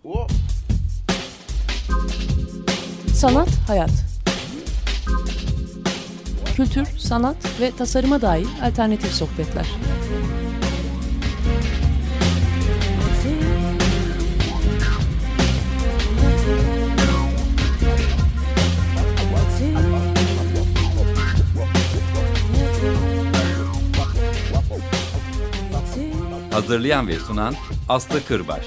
Sanat, hayat. Kültür, sanat ve tasarıma dair alternatif sohbetler. Hazırlayan ve sunan Aslı Kırbaş.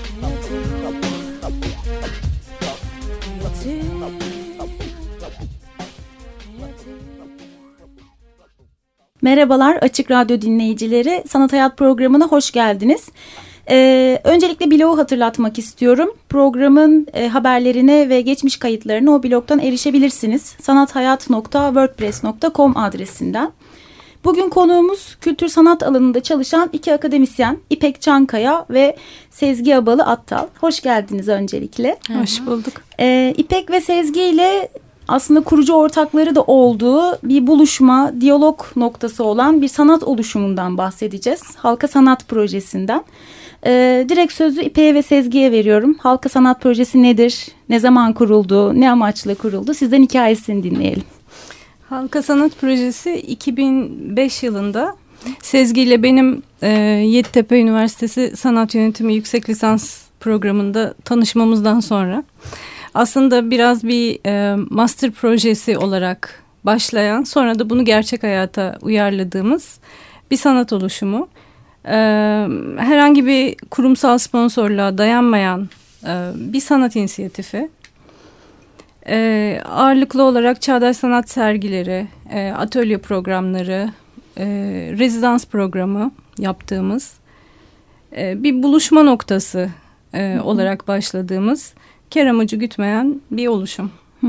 Merhabalar Açık Radyo dinleyicileri, Sanat Hayat programına hoş geldiniz. Öncelikle blogu hatırlatmak istiyorum. Programın haberlerine ve geçmiş kayıtlarına o blogdan erişebilirsiniz. sanathayat.wordpress.com adresinden. Bugün konuğumuz kültür sanat alanında çalışan iki akademisyen İpek Çankaya ve Sezgi Abalı Attal. Hoş geldiniz öncelikle. Hoş bulduk. İpek ve Sezgi ile aslında kurucu ortakları da olduğu bir buluşma, diyalog noktası olan bir sanat oluşumundan bahsedeceğiz. Halka Sanat Projesi'nden. Direkt sözü İpek'e ve Sezgi'ye veriyorum. Halka Sanat Projesi nedir? Ne zaman kuruldu? Ne amaçla kuruldu? Sizden hikayesini dinleyelim. Halka Sanat Projesi 2005 yılında Sezgi ile benim Yeditepe Üniversitesi Sanat Yönetimi Yüksek Lisans programında tanışmamızdan sonra aslında biraz bir master projesi olarak başlayan, sonra da bunu gerçek hayata uyarladığımız bir sanat oluşumu. Herhangi bir kurumsal sponsorluğa dayanmayan bir sanat inisiyatifi. Ağırlıklı olarak çağdaş sanat sergileri, atölye programları, rezidans programı yaptığımız bir buluşma noktası olarak başladığımız, kar amacı gütmeyen bir oluşum.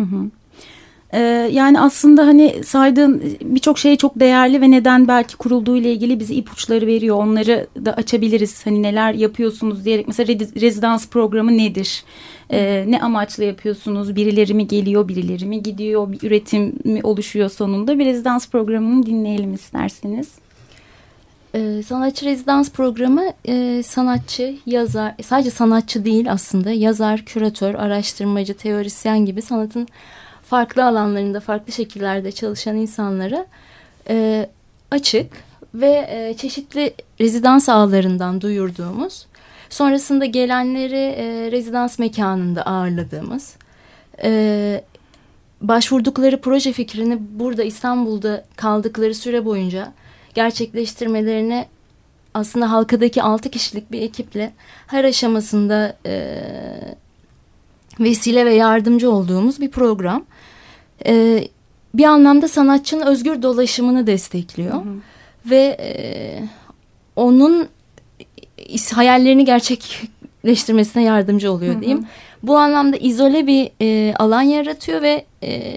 Yani aslında hani saydığın birçok şey çok değerli ve neden belki kurulduğu ile ilgili bize ipuçları veriyor. Onları da açabiliriz. Hani neler yapıyorsunuz diyerek. Mesela rezidans programı nedir? Ne amaçla yapıyorsunuz? Birileri mi geliyor, birileri mi gidiyor? Bir üretim mi oluşuyor sonunda? Bir rezidans programını dinleyelim isterseniz. Sanatçı rezidans programı sanatçı, yazar, sadece sanatçı değil aslında, yazar, küratör, araştırmacı, teorisyen gibi sanatın farklı alanlarında, farklı şekillerde çalışan insanlara açık ve çeşitli rezidans ağlarından duyurduğumuz, sonrasında gelenleri rezidans mekanında ağırladığımız, başvurdukları proje fikrini burada İstanbul'da kaldıkları süre boyunca gerçekleştirmelerine aslında halkadaki 6 kişilik bir ekiple her aşamasında vesile ve yardımcı olduğumuz bir program. Bir anlamda sanatçının özgür dolaşımını destekliyor. Ve onun hayallerini gerçekleştirmesine yardımcı oluyor diyeyim. Bu anlamda izole bir alan yaratıyor ve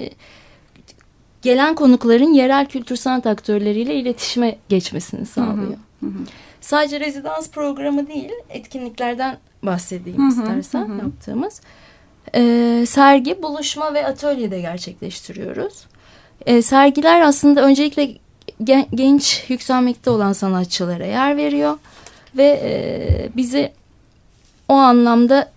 gelen konukların yerel kültür sanat aktörleriyle iletişime geçmesini sağlıyor. Sadece rezidans programı değil, etkinliklerden bahsedeyim istersen yaptığımız. Sergi, buluşma ve atölye de gerçekleştiriyoruz. Sergiler aslında öncelikle genç, yükselmekte olan sanatçılara yer veriyor ve bizi o anlamda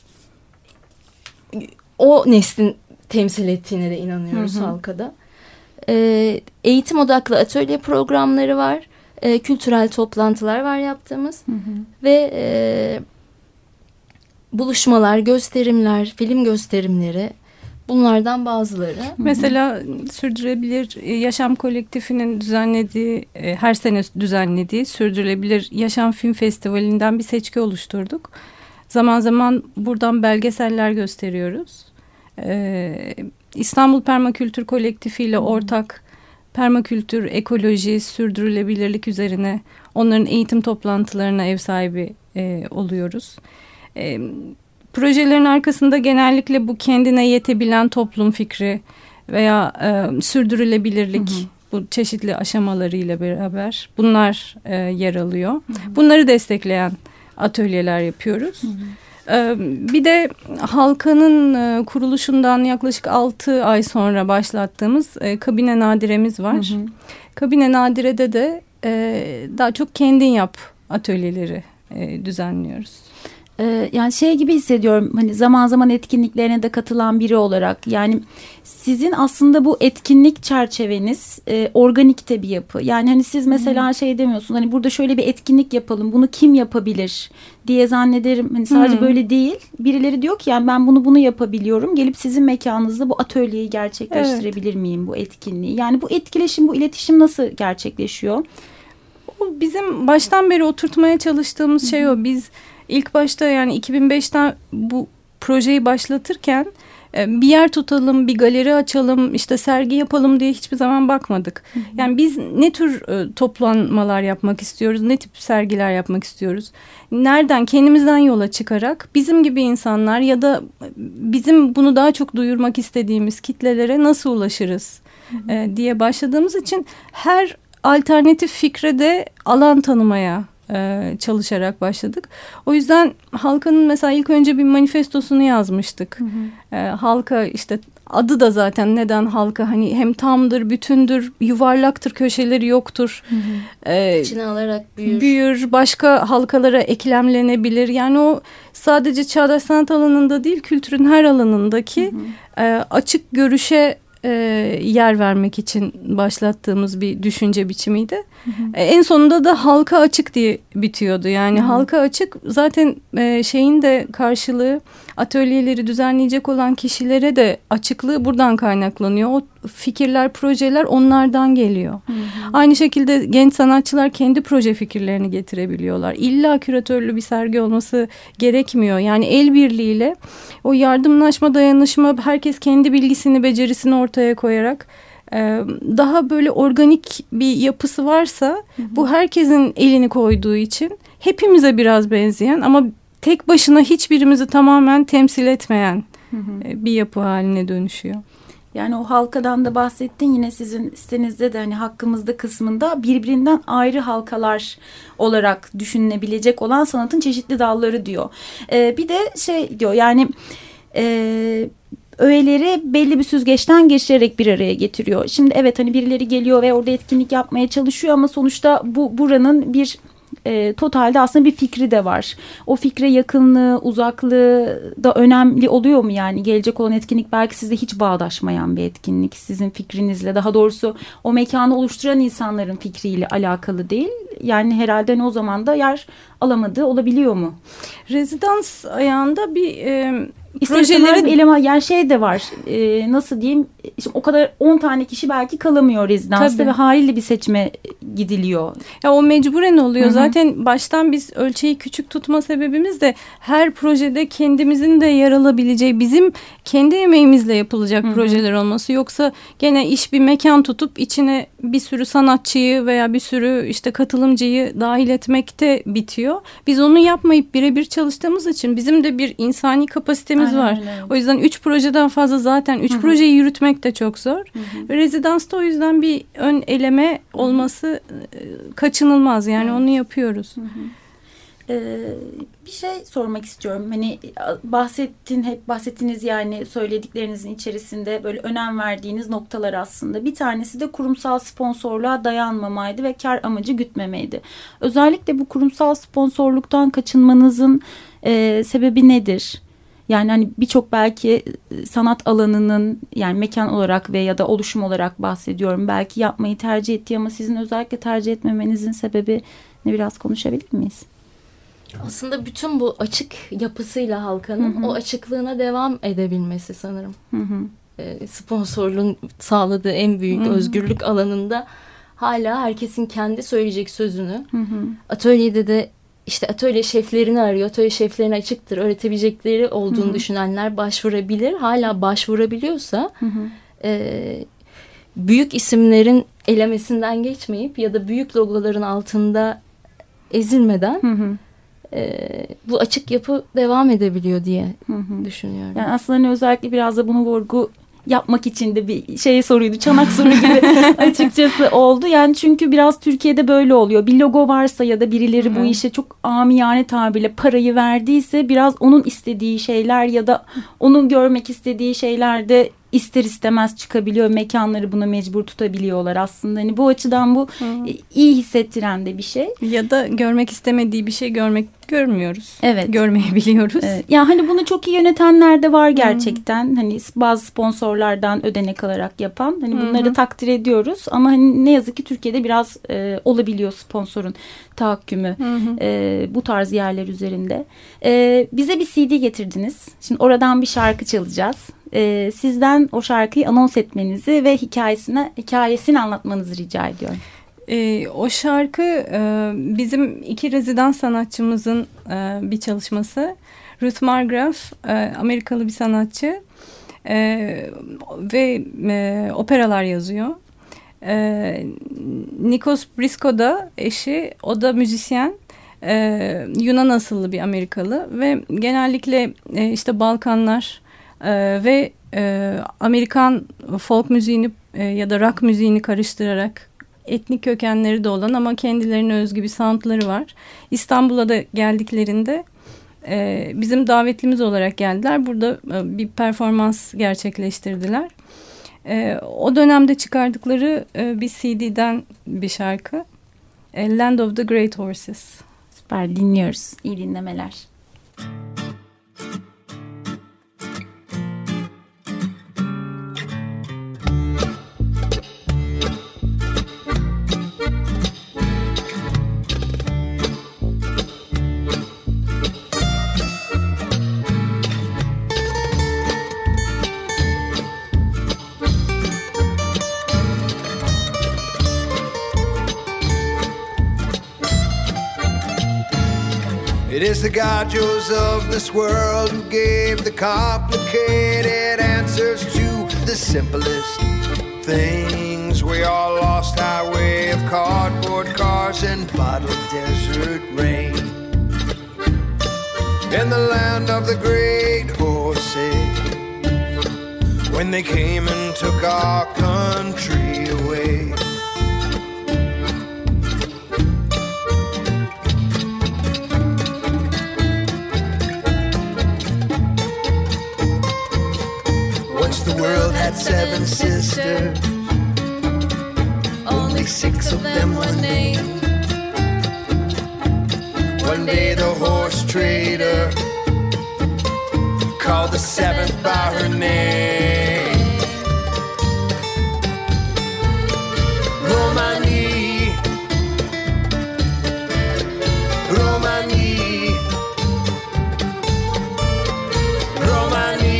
o neslin temsil ettiğine de inanıyoruz halkada. Eğitim odaklı atölye programları var. Kültürel toplantılar var yaptığımız. Ve buluşmalar, gösterimler, film gösterimleri, bunlardan bazıları. Mesela Sürdürülebilir Yaşam Kolektifinin düzenlediği, her sene düzenlediği Sürdürülebilir Yaşam Film Festivali'nden bir seçki oluşturduk. Zaman zaman buradan belgeseller gösteriyoruz. İstanbul Permakültür Kolektifi ile ortak permakültür, ekoloji, sürdürülebilirlik üzerine onların eğitim toplantılarına ev sahibi oluyoruz. Projelerin arkasında genellikle bu kendine yetebilen toplum fikri veya sürdürülebilirlik, bu çeşitli aşamalarıyla beraber bunlar yer alıyor. Bunları destekleyen atölyeler yapıyoruz. Bir de Halka'nın kuruluşundan yaklaşık 6 ay sonra başlattığımız Kabine Nadire'miz var. Kabine Nadire'de de daha çok kendin yap atölyeleri düzenliyoruz. Yani şey gibi hissediyorum, hani zaman zaman etkinliklerine de katılan biri olarak, yani sizin aslında bu etkinlik çerçeveniz organikte bir yapı. Yani hani siz mesela şey demiyorsunuz, hani burada şöyle bir etkinlik yapalım, bunu kim yapabilir diye zannederim. Hani sadece böyle değil, birileri diyor ki yani ben bunu yapabiliyorum, gelip sizin mekanınızda bu atölyeyi gerçekleştirebilir miyim, bu etkinliği. Yani bu etkileşim, bu iletişim nasıl gerçekleşiyor? O bizim baştan beri oturtmaya çalıştığımız şey o. Biz İlk başta yani 2005'ten bu projeyi başlatırken bir yer tutalım, bir galeri açalım, işte sergi yapalım diye hiçbir zaman bakmadık. Yani biz ne tür toplanmalar yapmak istiyoruz, ne tip sergiler yapmak istiyoruz? Nereden, kendimizden yola çıkarak bizim gibi insanlar ya da bizim bunu daha çok duyurmak istediğimiz kitlelere nasıl ulaşırız diye başladığımız için her alternatif fikre de alan tanımaya çalışarak başladık. O yüzden Halka'nın mesela ilk önce bir manifestosunu yazmıştık. Halka, işte adı da zaten neden Halka, hani hem tamdır, bütündür, yuvarlaktır, köşeleri yoktur. İçine alarak büyür, başka halkalara eklemlenebilir. Yani o sadece çağdaş sanat alanında değil, kültürün her alanındaki açık görüşe yer vermek için başlattığımız bir düşünce biçimiydi. En sonunda da halka açık diye bitiyordu. Yani halka açık zaten şeyin de karşılığı, atölyeleri düzenleyecek olan kişilere de açıklığı buradan kaynaklanıyor. O fikirler, projeler onlardan geliyor. Aynı şekilde genç sanatçılar kendi proje fikirlerini getirebiliyorlar. İlla küratörlü bir sergi olması gerekmiyor. Yani el birliğiyle o yardımlaşma, dayanışma, herkes kendi bilgisini, becerisini ortaya koyarak daha böyle organik bir yapısı varsa, bu herkesin elini koyduğu için hepimize biraz benzeyen ama tek başına hiçbirimizi tamamen temsil etmeyen bir yapı haline dönüşüyor. Yani o halkadan da bahsettin, yine sizin sitenizde de hani hakkımızda kısmında birbirinden ayrı halkalar olarak düşünülebilecek olan sanatın çeşitli dalları diyor. Bir de şey diyor, yani öğeleri belli bir süzgeçten geçirerek bir araya getiriyor. Şimdi evet, hani birileri geliyor ve orada etkinlik yapmaya çalışıyor ama sonuçta buranın bir totalde aslında bir fikri de var. O fikre yakınlığı, uzaklığı da önemli oluyor mu yani? Gelecek olan etkinlik belki sizde hiç bağdaşmayan bir etkinlik. Sizin fikrinizle, daha doğrusu o mekanı oluşturan insanların fikriyle alakalı değil. Yani herhalde o zaman da yer alamadığı olabiliyor mu? Rezidans ayağında bir projelerin eleman, yani şey de var, nasıl diyeyim, şimdi o kadar 10 tane kişi belki kalamıyor rezidansta ve haliyle bir seçime gidiliyor. Ya o mecburen oluyor. Zaten baştan biz ölçeği küçük tutma sebebimiz de her projede kendimizin de yer alabileceği, bizim kendi emeğimizle yapılacak projeler olması. Yoksa gene iş bir mekan tutup içine bir sürü sanatçıyı veya bir sürü işte katılımcıyı dahil etmekte bitiyor. Biz onu yapmayıp birebir çalıştığımız için bizim de bir insani kapasitemiz var. O yüzden 3 projeden fazla, zaten 3 projeyi yürütmek de çok zor. Rezidansta o yüzden bir ön eleme olması kaçınılmaz. Yani onu yapıyoruz. Bir şey sormak istiyorum. Hani hep bahsettiniz, yani söylediklerinizin içerisinde böyle önem verdiğiniz noktalar aslında. Bir tanesi de kurumsal sponsorluğa dayanmamaydı ve kar amacı gütmemeydi. Özellikle bu kurumsal sponsorluktan kaçınmanızın sebebi nedir? Yani hani birçok belki sanat alanının, yani mekan olarak ve ya da oluşum olarak bahsediyorum, belki yapmayı tercih ettiği ama sizin özellikle tercih etmemenizin sebebi ne, biraz konuşabilir miyiz? Aslında bütün bu açık yapısıyla halkanın o açıklığına devam edebilmesi sanırım. Sponsorluğun sağladığı en büyük özgürlük alanında hala herkesin kendi söyleyecek sözünü, atölyede de İşte atölye şeflerini arıyor. Atölye şeflerine açıktır. Öğretebilecekleri olduğunu düşünenler başvurabilir. Hala başvurabiliyorsa büyük isimlerin elemesinden geçmeyip ya da büyük logoların altında ezilmeden bu açık yapı devam edebiliyor diye düşünüyorum. Yani aslında hani özellikle biraz da bunu vurgu yapmak için de bir şey soruydu. Çanak soru gibi açıkçası oldu. Yani çünkü biraz Türkiye'de böyle oluyor. Bir logo varsa ya da birileri bu işe çok amiyane tabirle parayı verdiyse, biraz onun istediği şeyler ya da onun görmek istediği şeyler de ister istemez çıkabiliyor. Mekanları buna mecbur tutabiliyorlar aslında. Hani bu açıdan bu iyi hissettiren de bir şey. Ya da görmek istemediği bir şey görmek görmüyoruz. Evet. Görmeyebiliyoruz. Evet. Ya hani bunu çok iyi yönetenler de var gerçekten. Hani bazı sponsorlardan ödenek alarak yapan. Hani bunları takdir ediyoruz. Ama hani ne yazık ki Türkiye'de biraz olabiliyor sponsorun tahakkümü bu tarz yerler üzerinde. Bize bir CD getirdiniz. Şimdi oradan bir şarkı çalacağız. Sizden o şarkıyı anons etmenizi ve hikayesini anlatmanızı rica ediyorum. O şarkı bizim 2 rezidans sanatçımızın bir çalışması. Ruth Margraf Amerikalı bir sanatçı ve operalar yazıyor. Nikos Brisco da eşi, o da müzisyen. Yunan asıllı bir Amerikalı ve genellikle işte Balkanlar ve Amerikan folk müziğini ya da rock müziğini karıştırarak etnik kökenleri de olan ama kendilerine özgü bir soundları var. İstanbul'a da geldiklerinde bizim davetlimiz olarak geldiler. Burada bir performans gerçekleştirdiler. O dönemde çıkardıkları bir CD'den bir şarkı. Land of the Great Horses. Süper, dinliyoruz. İyi dinlemeler. It is the gauchos of this world who gave the complicated answers to the simplest things. We all lost our way of cardboard cars and bottled desert rain. In the land of the great horses, when they came and took our country away. The world had 7 sisters, only 6 of them were named. One day the horse trader called the 7th by her name. Romani, Romani, Romani.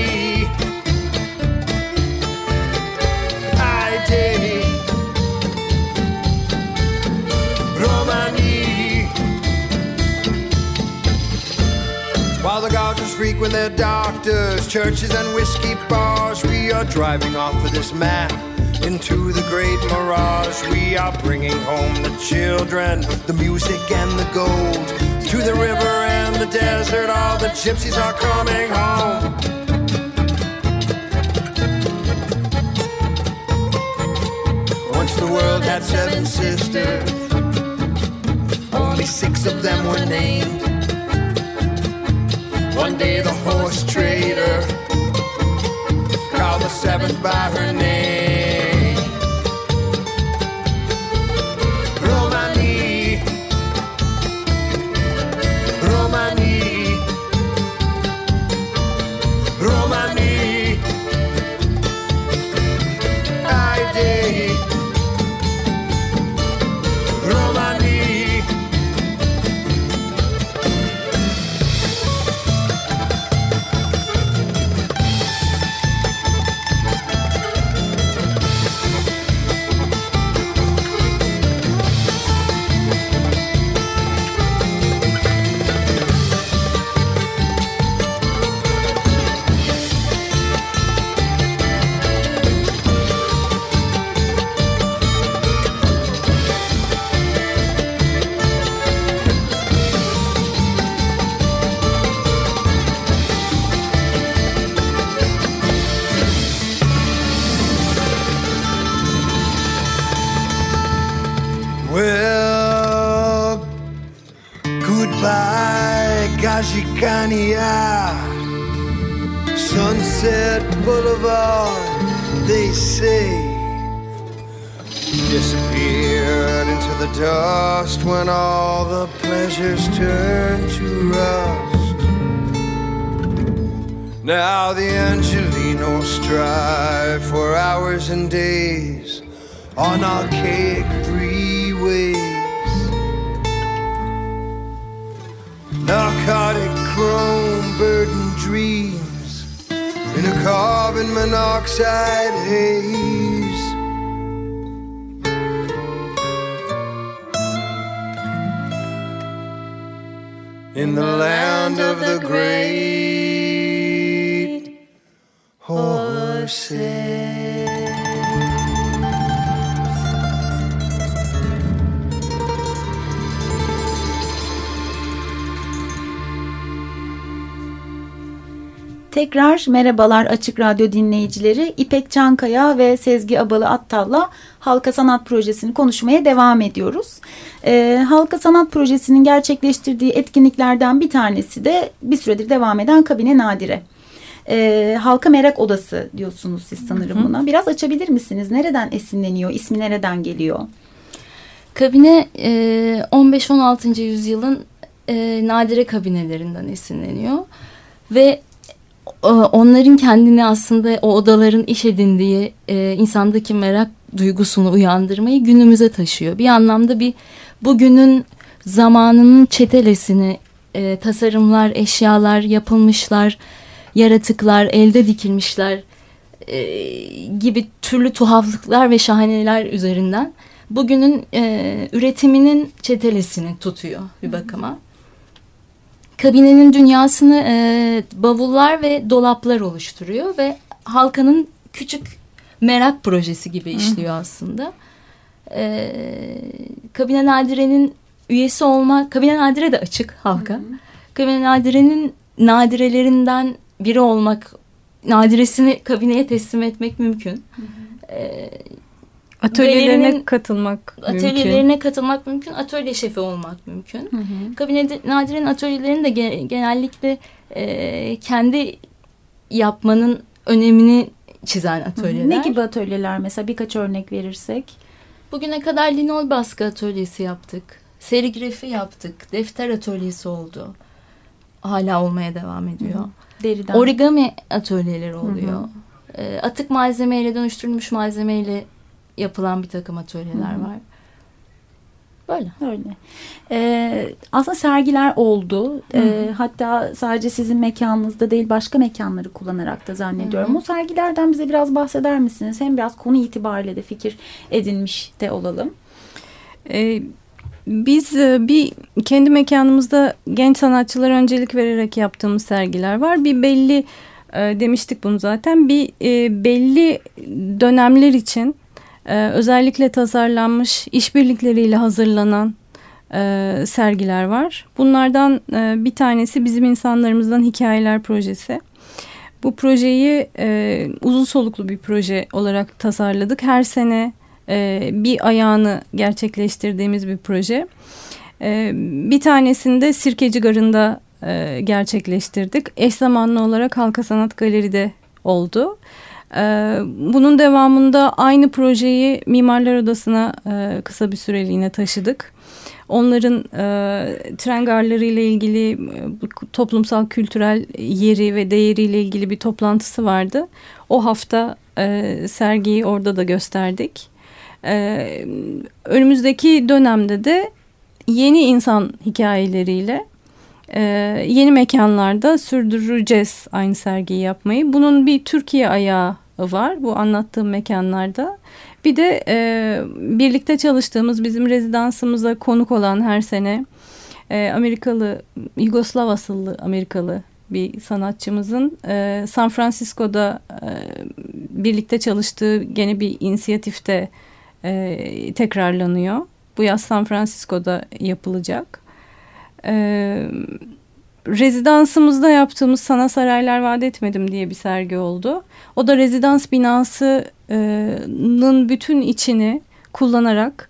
While the gauchos frequent their doctors, churches and whiskey bars, we are driving off of this map into the great mirage. We are bringing home the children, the music and the gold. To the river and the desert, all the gypsies are coming home. Once the world had 7 sisters, only 6 of them were named. One day the horse trader called the 7th by her name. Romani, Romani, Romani. I did Romani. Well, goodbye, Gajikania, Sunset Boulevard, they say. disappeared into the dust when all the pleasures turned to rust. Now the Angelinos strive for hours and days on archaic freeways. Narcotic chrome burdened dreams in a carbon monoxide haze. In the land of the great horses. Tekrar merhabalar Açık Radyo dinleyicileri. İpek Çankaya ve Sezgi Abalı Attal'la Halka Sanat Projesi'ni konuşmaya devam ediyoruz. Halka Sanat Projesi'nin gerçekleştirdiği etkinliklerden bir tanesi de bir süredir devam eden Kabine Nadire. Halka Merak Odası diyorsunuz siz sanırım buna. Biraz açabilir misiniz? Nereden esinleniyor? İsmi nereden geliyor? Kabine 15-16. yüzyılın nadire kabinelerinden esinleniyor. Ve onların kendini aslında o odaların iş edindiği insandaki merak duygusunu uyandırmayı günümüze taşıyor. Bir anlamda bugünün zamanının çetelesini tasarımlar, eşyalar, yapılmışlar, yaratıklar, elde dikilmişler gibi türlü tuhaflıklar ve şahaneler üzerinden bugünün üretiminin çetelesini tutuyor bir bakıma. Kabinenin dünyasını bavullar ve dolaplar oluşturuyor ve halkanın küçük merak projesi gibi işliyor aslında. Kabine Nadire'nin üyesi olmak, Kabine Nadire de açık halka. Kabine Nadire'nin nadirelerinden biri olmak, nadiresini kabineye teslim etmek mümkün. Atölyelerine katılmak mümkün. Atölyelerine katılmak mümkün. Atölye şefi olmak mümkün. Kabine Nadire'nin atölyelerinin de genellikle kendi yapmanın önemini çizen atölyeler. Ne gibi atölyeler mesela birkaç örnek verirsek? Bugüne kadar linol baskı atölyesi yaptık. Serigrafi yaptık. Defter atölyesi oldu. Hala olmaya devam ediyor. Deriden. Origami atölyeleri oluyor. Atık malzemeyle dönüştürülmüş malzemeyle yapılan bir takım atölyeler var. Böyle. Öyle. Aslında sergiler oldu. Hatta sadece sizin mekanınızda değil başka mekanları kullanarak da zannediyorum. O sergilerden bize biraz bahseder misiniz? Hem biraz konu itibariyle de fikir edinmiş de olalım. Biz bir kendi mekanımızda genç sanatçılara öncelik vererek yaptığımız sergiler var. Bir belli demiştik bunu zaten. Bir belli dönemler için özellikle tasarlanmış işbirlikleriyle hazırlanan sergiler var. Bunlardan bir tanesi Bizim İnsanlarımızdan Hikayeler projesi. Bu projeyi uzun soluklu bir proje olarak tasarladık. Her sene bir ayağını gerçekleştirdiğimiz bir proje. Bir tanesini de Sirkeci Garı'nda gerçekleştirdik. Eş zamanlı olarak Halka Sanat Galeri'de oldu. Bunun devamında aynı projeyi Mimarlar Odası'na kısa bir süreliğine taşıdık. Onların tren garları ile ilgili toplumsal kültürel yeri ve değeriyle ilgili bir toplantısı vardı. O hafta sergiyi orada da gösterdik. Önümüzdeki dönemde de yeni insan hikayeleriyle yeni mekanlarda sürdüreceğiz aynı sergiyi yapmayı. Bunun bir Türkiye ayağı var bu anlattığım mekanlarda. Bir de birlikte çalıştığımız bizim rezidansımıza konuk olan her sene Amerikalı, Yugoslav asıllı Amerikalı bir sanatçımızın San Francisco'da birlikte çalıştığı gene bir inisiyatifte tekrarlanıyor. Bu yaz San Francisco'da yapılacak. Rezidansımızda yaptığımız Sana Saraylar Vaat Etmedim diye bir sergi oldu. O da rezidans binasının bütün içini kullanarak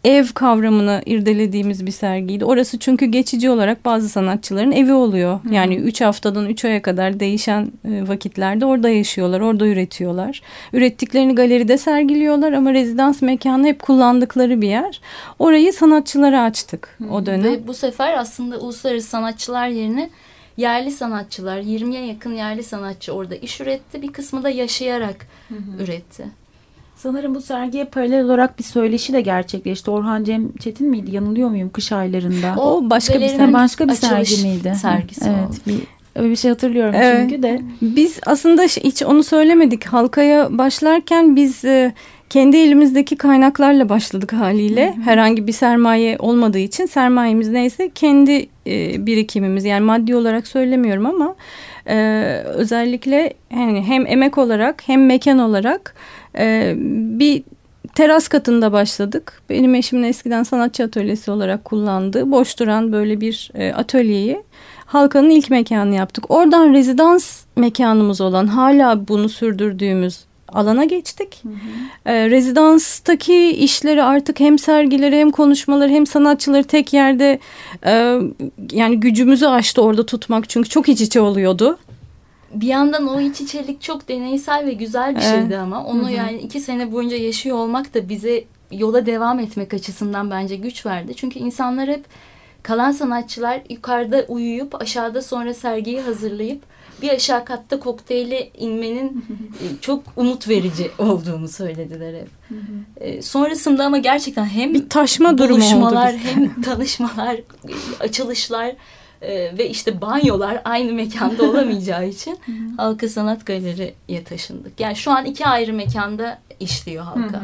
ev kavramını irdelediğimiz bir sergiydi. Orası çünkü geçici olarak bazı sanatçıların evi oluyor. Yani 3 haftadan 3 aya kadar değişen vakitlerde orada yaşıyorlar, orada üretiyorlar. Ürettiklerini galeride sergiliyorlar ama rezidans mekanı hep kullandıkları bir yer. Orayı sanatçılara açtık o dönem. Ve bu sefer aslında uluslararası sanatçılar yerine yerli sanatçılar, 20'ye yakın yerli sanatçı orada iş üretti. Bir kısmı da yaşayarak üretti. Sanırım bu sergiye paralel olarak bir söyleşi de gerçekleşti. Orhan Cem Çetin miydi? Yanılıyor muyum? Kış aylarında. O başka bir sergi miydi? Sergisi evet, öyle bir şey hatırlıyorum çünkü de. Biz aslında hiç onu söylemedik. Halkaya başlarken biz kendi elimizdeki kaynaklarla başladık haliyle. Herhangi bir sermaye olmadığı için sermayemiz neyse kendi birikimimiz. Yani maddi olarak söylemiyorum ama özellikle yani hem emek olarak hem mekan olarak bir teras katında başladık. Benim eşimin eskiden sanatçı atölyesi olarak kullandığı boş duran böyle bir atölyeyi Halka'nın ilk mekanını yaptık. Oradan rezidans mekanımız olan hala bunu sürdürdüğümüz alana geçtik. Rezidanstaki işleri artık hem sergileri hem konuşmaları hem sanatçıları tek yerde yani gücümüzü aştı orada tutmak. Çünkü çok iç içe oluyordu. Bir yandan o iç içelik çok deneysel ve güzel bir şeydi ama onu yani 2 sene boyunca yaşıyor olmak da bize yola devam etmek açısından bence güç verdi. Çünkü insanlar hep kalan sanatçılar yukarıda uyuyup aşağıda sonra sergiyi hazırlayıp bir aşağı katta kokteyle inmenin çok umut verici olduğunu söylediler hep. Sonrasında ama gerçekten hem bir taşma durumu buluşmalar oldu hem tanışmalar, açılışlar ve işte banyolar aynı mekanda olamayacağı için Halka Sanat Galeri'ye taşındık. Yani şu an 2 ayrı mekanda işliyor Halka.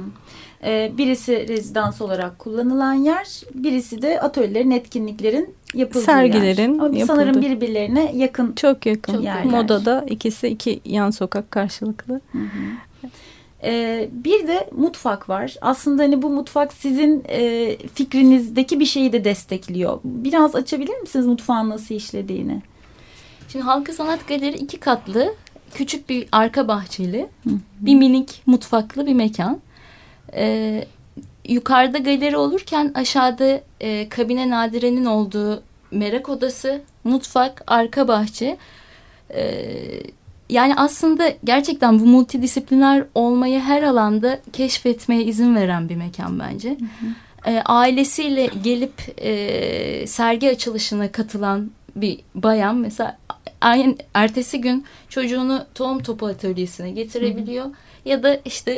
Birisi rezidans olarak kullanılan yer, birisi de atölyelerin, etkinliklerin yapıldığı sergilerin yer. Ama sanırım birbirlerine yakın. Çok yakın. Yerler. Modada ikisi 2 yan sokak karşılıklı. Bir de mutfak var. Aslında hani bu mutfak sizin fikrinizdeki bir şeyi de destekliyor. Biraz açabilir misiniz mutfağın nasıl işlediğini? Şimdi Halka Sanat Galeri 2 katlı, küçük bir arka bahçeli, bir minik mutfaklı bir mekan. Yukarıda galeri olurken aşağıda kabine Nadire'nin olduğu merak odası, mutfak, arka bahçe. Yani aslında gerçekten bu multidisipliner olmayı her alanda keşfetmeye izin veren bir mekan bence. Ailesiyle gelip sergi açılışına katılan bir bayan mesela ertesi gün çocuğunu tohum topu atölyesine getirebiliyor. Ya da işte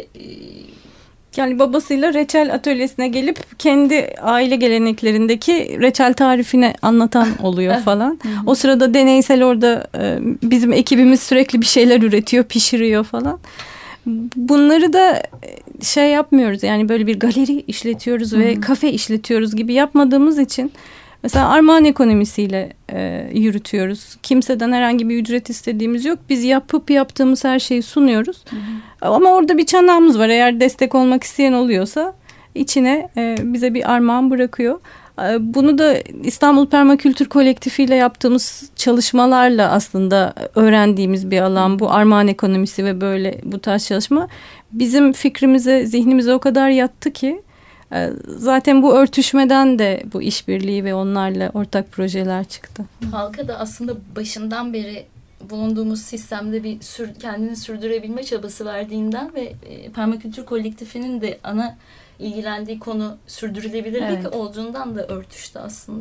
yani babasıyla reçel atölyesine gelip kendi aile geleneklerindeki reçel tarifini anlatan oluyor falan. O sırada deneysel orada bizim ekibimiz sürekli bir şeyler üretiyor, pişiriyor falan. Bunları da şey yapmıyoruz yani böyle bir galeri işletiyoruz ve kafe işletiyoruz gibi yapmadığımız için mesela armağan ekonomisiyle yürütüyoruz. Kimseden herhangi bir ücret istediğimiz yok. Biz yaptığımız her şeyi sunuyoruz. Ama orada bir çanağımız var. Eğer destek olmak isteyen oluyorsa içine bize bir armağan bırakıyor. Bunu da İstanbul Permakültür Kolektifi ile yaptığımız çalışmalarla aslında öğrendiğimiz bir alan. Bu armağan ekonomisi ve böyle bu tarz çalışma bizim fikrimize, zihnimize o kadar yattı ki zaten bu örtüşmeden de bu işbirliği ve onlarla ortak projeler çıktı. Halka da aslında başından beri bulunduğumuz sistemde bir kendini sürdürebilme çabası verdiğinden ve Permakültür Kolektifi'nin de ana ilgilendiği konu sürdürülebilirlik olduğundan da örtüştü aslında.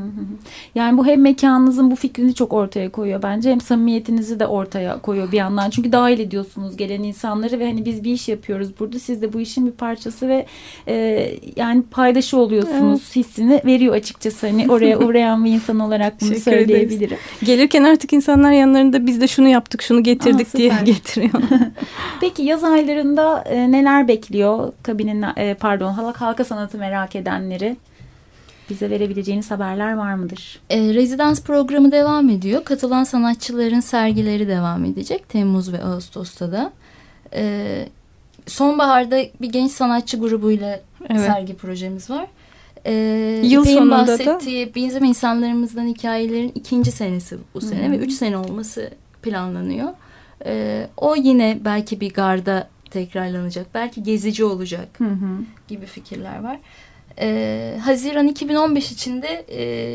Yani bu hem mekanınızın bu fikrini çok ortaya koyuyor bence, hem samimiyetinizi de ortaya koyuyor bir yandan. Çünkü dahil ediyorsunuz gelen insanları ve hani biz bir iş yapıyoruz burada, siz de bu işin bir parçası ve yani paydaşı oluyorsunuz hissini veriyor açıkçası. Hani oraya uğrayan bir insan olarak bunu söyleyebilirim. Gelirken artık insanlar yanlarında biz de şunu yaptık, şunu getirdik diye getiriyor. Peki yaz aylarında neler bekliyor kabinin halka sanatı merak edenleri? Bize verebileceğiniz haberler var mıdır? Rezidans programı devam ediyor. Katılan sanatçıların sergileri devam edecek. Temmuz ve Ağustos'ta da. Sonbaharda bir genç sanatçı grubuyla sergi projemiz var. Yıl sonunda bahsettiği bizim insanlarımızdan hikayelerin 2. senesi bu sene ve 3 sene olması planlanıyor. O yine belki bir garda tekrarlanacak. Belki gezici olacak gibi fikirler var. Haziran 2015 içinde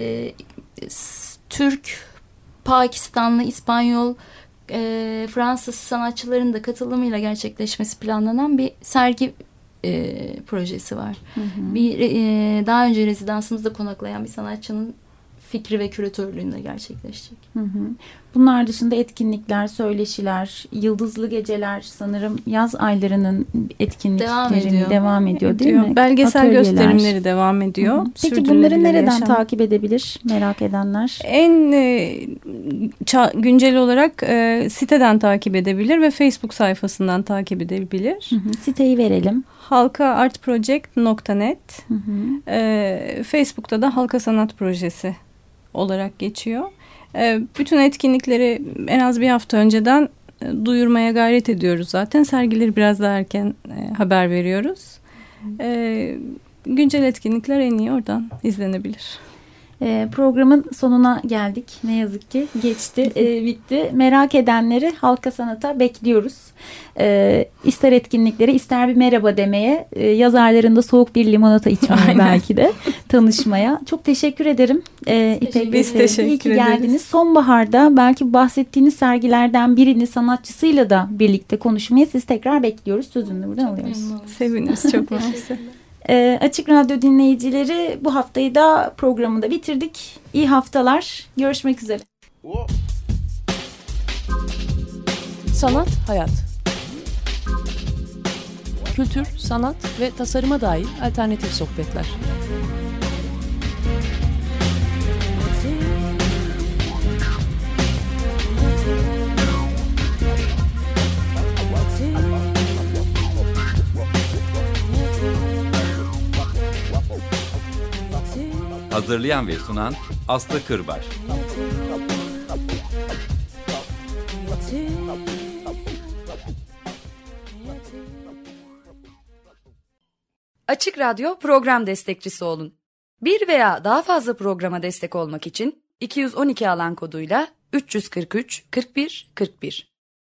Türk, Pakistanlı, İspanyol, Fransız sanatçıların da katılımıyla gerçekleşmesi planlanan bir sergi projesi var. Bir daha önce rezidansımızda konaklayan bir sanatçının fikri ve küratörlüğünde gerçekleşecek. Bunlar dışında etkinlikler, söyleşiler, yıldızlı geceler sanırım yaz aylarının etkinlikleri devam ediyor değil mi? Belgesel Atölyeler. Gösterimleri devam ediyor. Peki bunları nereden takip edebilir merak edenler? En güncel olarak siteden takip edebilir ve Facebook sayfasından takip edebilir. Siteyi verelim. halkaartproject.net. Facebook'ta da Halka Sanat Projesi olarak geçiyor. Bütün etkinlikleri en az bir hafta önceden duyurmaya gayret ediyoruz zaten. Sergileri biraz daha erken haber veriyoruz. Güncel etkinlikler en iyi oradan izlenebilir. Programın sonuna geldik. Ne yazık ki geçti, bitti. Merak edenleri Halka Sanat'a bekliyoruz. İster etkinliklere, ister bir merhaba demeye, yazarlarında soğuk bir limonata içmeye belki de tanışmaya. Çok teşekkür ederim. İpek, biz teşekkür İyi ki ederiz. geldiniz. Sonbaharda belki bahsettiğiniz sergilerden birini sanatçısıyla da birlikte konuşmaya siz tekrar bekliyoruz. Sözünü buradan alıyoruz. Seviniriz çok mersi. Açık Radyo dinleyicileri, bu haftayı da programında bitirdik. İyi haftalar. Görüşmek üzere. Sanat, hayat. Kültür, sanat ve tasarıma dair alternatif sohbetler. Hazırlayan ve sunan Aslı Kırbaş. Açık Radyo program destekçisi olun. Bir veya daha fazla programa destek olmak için 212 alan koduyla 343 41 41